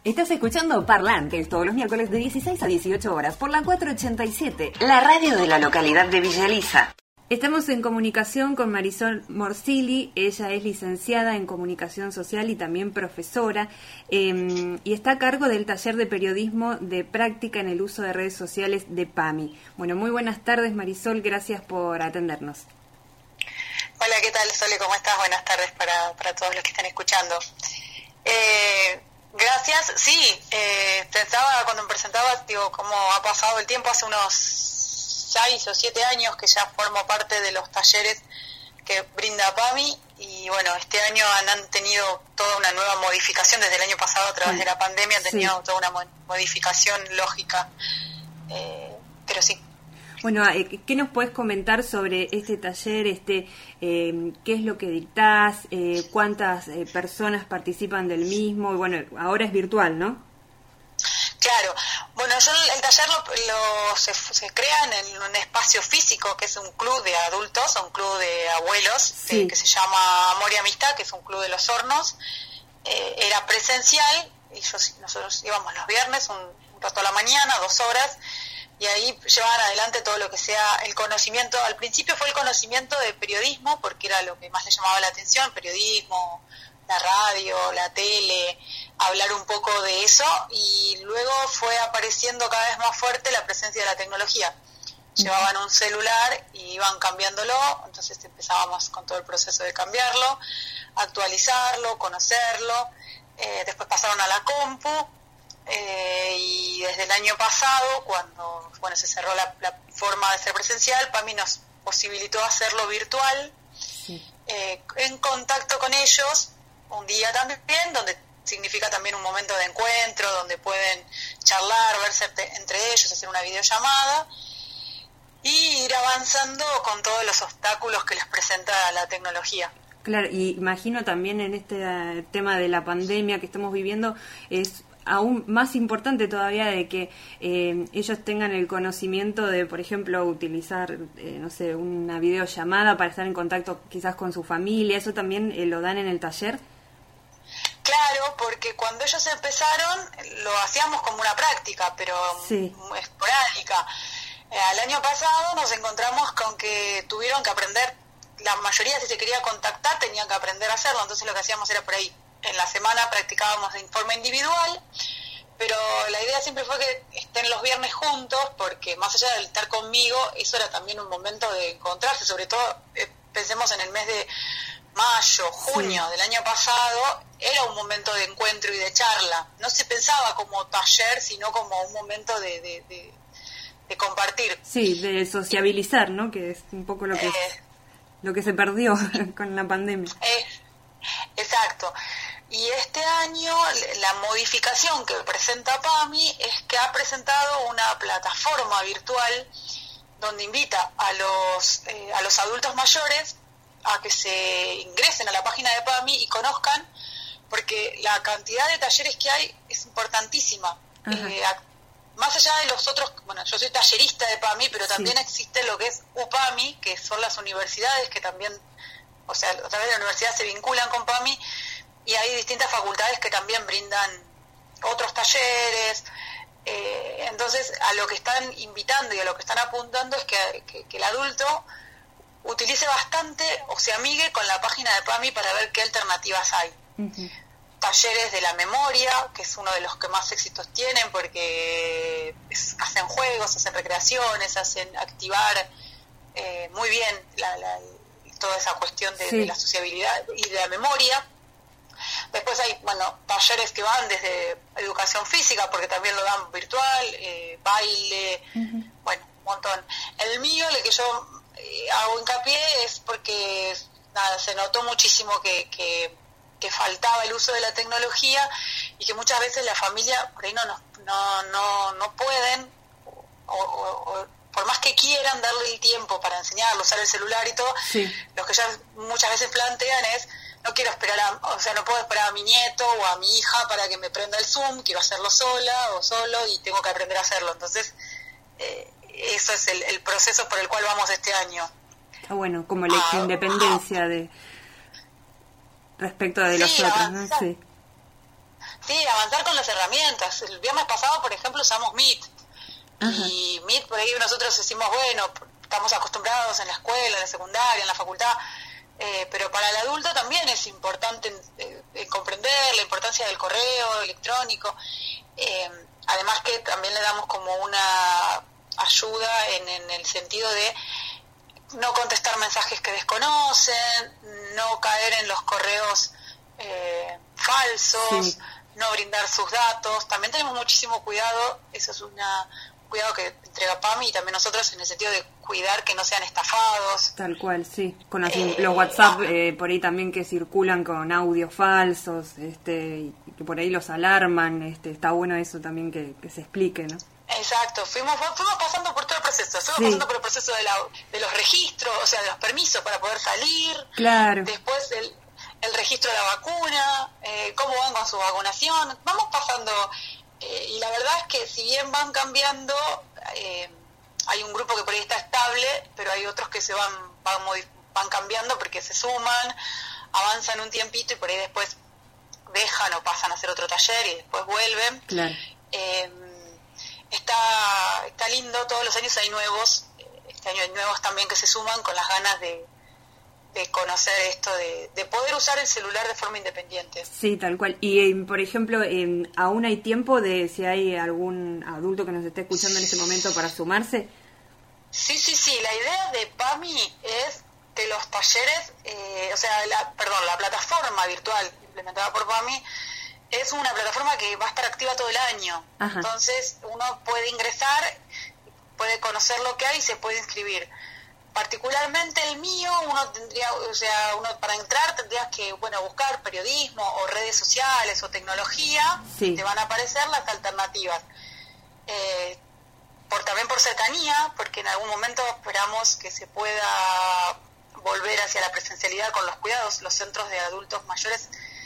Estás escuchando Parlantes todos los miércoles de 16 a 18 horas por la 487, la radio de la localidad de Villa Elisa. Estamos en comunicación con Marisol Morsilli. Ella es licenciada en Comunicación Social y también profesora, y está a cargo del taller de periodismo de práctica en el uso de redes sociales de PAMI. Bueno, muy buenas tardes, Marisol, gracias por atendernos. Hola, ¿qué tal, Sole? ¿Cómo estás? Buenas tardes para todos los que están escuchando. Gracias. Sí, pensaba cuando me presentaba, digo, cómo ha pasado el tiempo. Hace unos 6 o 7 años que ya formo parte de los talleres que brinda PAMI, y bueno, este año han tenido toda una nueva modificación. Desde el año pasado, a través de la pandemia, han tenido toda una modificación lógica, pero sí. Bueno, ¿qué nos puedes comentar sobre este taller? ¿Qué es lo que dictás? ¿Cuántas personas participan del mismo? Y bueno, ahora es virtual, ¿no? Claro. Bueno, el taller se crea en un espacio físico, que es un club de adultos, un club de abuelos, sí, que se llama Amor y Amistad, que es un club de Los Hornos. Era presencial, y nosotros íbamos los viernes, un rato a la mañana, 2 horas, y ahí llevaban adelante todo lo que sea el conocimiento. Al principio fue el conocimiento de periodismo, porque era lo que más le llamaba la atención, periodismo, la radio, la tele, hablar un poco de eso, y luego fue apareciendo cada vez más fuerte la presencia de la tecnología. Llevaban un celular y iban cambiándolo, entonces empezábamos con todo el proceso de cambiarlo, actualizarlo, conocerlo, después pasaron a la compu, y desde el año pasado, cuando se cerró la forma de ser presencial, PAMI nos posibilitó hacerlo virtual, en contacto con ellos, un día también, donde significa también un momento de encuentro, donde pueden charlar, verse entre ellos, hacer una videollamada y ir avanzando con todos los obstáculos que les presenta la tecnología. Claro, y imagino también en este tema de la pandemia que estamos viviendo, es aún más importante todavía de que ellos tengan el conocimiento de, por ejemplo, utilizar, una videollamada para estar en contacto quizás con su familia. ¿Eso también lo dan en el taller? Claro, porque cuando ellos empezaron lo hacíamos como una práctica, pero esporádica. El año pasado nos encontramos con que tuvieron que aprender, la mayoría, si se quería contactar, tenían que aprender a hacerlo. Entonces lo que hacíamos era por ahí, en la semana practicábamos de forma individual, pero la idea siempre fue que estén los viernes juntos, porque más allá de estar conmigo, eso era también un momento de encontrarse. Sobre todo, pensemos en el mes de mayo, junio del año pasado, era un momento de encuentro y de charla. No se pensaba como taller, sino como un momento de compartir. Sí, de sociabilizar, ¿no? Que es un poco lo que se perdió con la pandemia. Exacto. Y este año la modificación que presenta PAMI es que ha presentado una plataforma virtual donde invita a los adultos mayores a que se ingresen a la página de PAMI y conozcan, porque la cantidad de talleres que hay es importantísima. Más allá de los otros, yo soy tallerista de PAMI, pero también existe lo que es UPAMI, que son las universidades que también, a través de la universidad se vinculan con PAMI, y hay distintas facultades que también brindan otros talleres. Entonces, a lo que están invitando y a lo que están apuntando es que el adulto utilice bastante o se amigue con la página de PAMI para ver qué alternativas hay. Talleres de la memoria, que es uno de los que más éxitos tienen, porque hacen juegos, hacen recreaciones, hacen activar muy bien toda esa cuestión de la sociabilidad y de la memoria. Después hay talleres que van desde educación física, porque también lo dan virtual, baile, un montón. El mío, el que yo hago hincapié, es porque se notó muchísimo que faltaba el uso de la tecnología, y que muchas veces la familia por ahí no pueden, o por más que quieran darle el tiempo para enseñarlo, usar el celular y todo, lo que ya muchas veces plantean es: no quiero esperar no puedo esperar a mi nieto o a mi hija para que me prenda el Zoom, quiero hacerlo sola o solo y tengo que aprender a hacerlo. Entonces, eso es el proceso por el cual vamos este año. Está bueno, como la independencia respecto de los otros, ¿no? Sí, avanzar con las herramientas. El viernes pasado, por ejemplo, usamos Meet. Ajá. Y Meet, por ahí nosotros decimos, bueno, estamos acostumbrados en la escuela, en la secundaria, en la facultad, pero para el adulto también es importante comprender la importancia del correo electrónico. Además que también le damos como una ayuda en el sentido de no contestar mensajes que desconocen, no caer en los correos falsos, sí, no brindar sus datos. También tenemos muchísimo cuidado, eso es un cuidado que entrega PAMI y también nosotros en el sentido de cuidar que no sean estafados. Tal cual, sí. Con los WhatsApp por ahí también que circulan con audios falsos, y que por ahí los alarman, está bueno eso también que se explique, ¿no? Exacto, fuimos pasando por todo el proceso, pasando por el proceso de los registros, o sea, de los permisos para poder salir, claro. Después el registro de la vacuna, cómo van con su vacunación, vamos pasando, y la verdad es que si bien van cambiando, hay un grupo que por ahí está estable, pero hay otros que se van cambiando porque se suman, avanzan un tiempito y por ahí después dejan o pasan a hacer otro taller y después vuelven. Claro. Está lindo, todos los años hay nuevos, este año hay nuevos también que se suman con las ganas de conocer esto, de poder usar el celular de forma independiente. Sí, tal cual. Y, por ejemplo, ¿aún hay tiempo de si hay algún adulto que nos esté escuchando en este momento para sumarse? Sí, la idea de PAMI es que los talleres, la plataforma virtual implementada por PAMI, es una plataforma que va a estar activa todo el año. Ajá. Entonces uno puede ingresar, puede conocer lo que hay y se puede inscribir. Particularmente el mío, uno para entrar tendrías que buscar periodismo o redes sociales o tecnología, sí. Te van a aparecer las alternativas. También por cercanía, porque en algún momento esperamos que se pueda volver hacia la presencialidad con los cuidados. Los centros de adultos mayores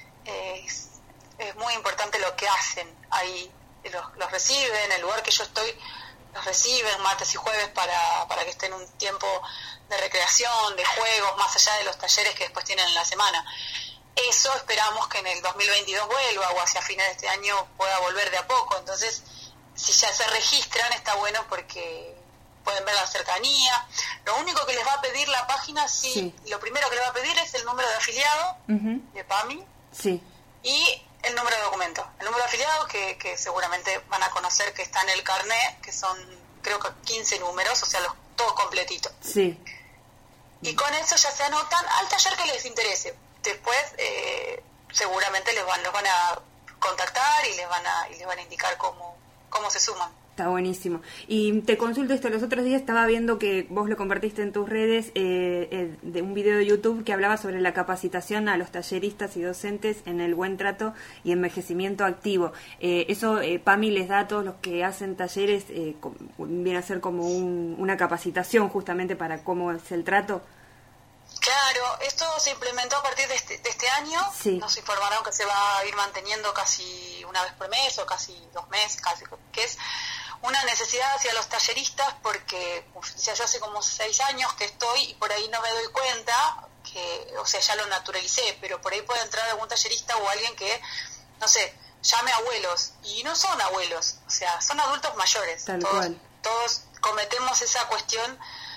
es muy importante lo que hacen ahí, los reciben, el lugar que yo estoy los reciben martes y jueves para que estén un tiempo de recreación, de juegos, más allá de los talleres que después tienen en la semana. Eso esperamos que en el 2022 vuelva o hacia fines de este año pueda volver de a poco. Entonces, si ya se registran, está bueno porque pueden ver la cercanía. Lo único que les va a pedir la página, sí. Lo primero que les va a pedir es el número de afiliado de PAMI. Sí. Y el número de documento. El número de afiliados que seguramente van a conocer que está en el carnet, que son creo que 15 números, o sea, todo completito. Sí. Y con eso ya se anotan al taller que les interese. Después seguramente los van a contactar y les van a indicar cómo se suman. Está buenísimo. Y te consulto esto, los otros días estaba viendo que vos lo compartiste en tus redes, de un video de YouTube que hablaba sobre la capacitación a los talleristas y docentes en el buen trato y envejecimiento activo. Eso PAMI les da a todos los que hacen talleres, viene a ser como una capacitación justamente para cómo es el trato. Claro, esto se implementó a partir de este año. Sí. Nos informaron que se va a ir manteniendo casi una vez por mes o casi 2 meses, que es una necesidad hacia los talleristas porque, como decía, yo hace como 6 años que estoy y por ahí no me doy cuenta que, ya lo naturalicé, pero por ahí puede entrar algún tallerista o alguien que, no sé, llame abuelos y no son abuelos, son adultos mayores. Todos cometemos esa cuestión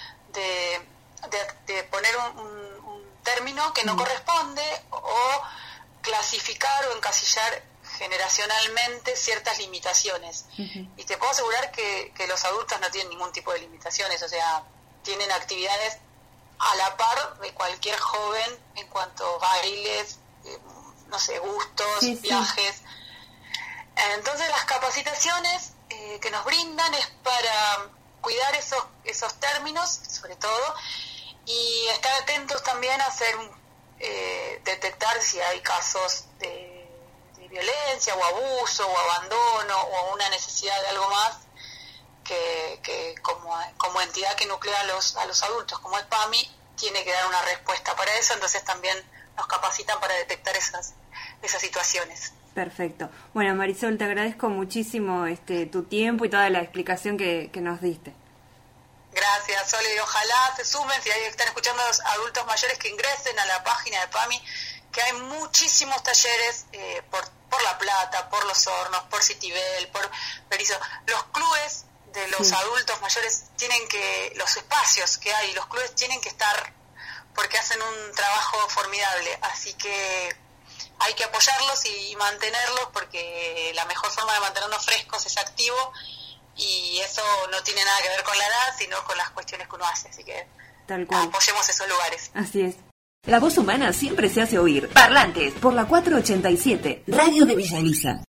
de poner un término que no corresponde o clasificar o encasillar generacionalmente ciertas limitaciones. Y te puedo asegurar que los adultos no tienen ningún tipo de limitaciones, tienen actividades a la par de cualquier joven en cuanto a bailes, gustos, viajes. Entonces las capacitaciones que nos brindan es para cuidar esos términos, sobre todo, y estar atentos también a detectar si hay casos de violencia o abuso o abandono o una necesidad de algo más que como entidad que nuclea a los adultos, como es PAMI, tiene que dar una respuesta para eso. Entonces también nos capacitan para detectar esas situaciones. Perfecto. Bueno, Marisol, te agradezco muchísimo tu tiempo y toda la explicación que nos diste. Gracias, Sole, y ojalá se sumen, si están escuchando a los adultos mayores, que ingresen a la página de PAMI, que hay muchísimos talleres por La Plata. Plata, por Los Hornos, por Citibel, por Berisso, los clubes de los adultos mayores los espacios que hay, los clubes tienen que estar porque hacen un trabajo formidable, así que hay que apoyarlos y mantenerlos porque la mejor forma de mantenernos frescos es activo y eso no tiene nada que ver con la edad, sino con las cuestiones que uno hace, así que tal cual. Apoyemos esos lugares. Así es. La voz humana siempre se hace oír. Parlantes por la 487, Radio de Villa Elisa.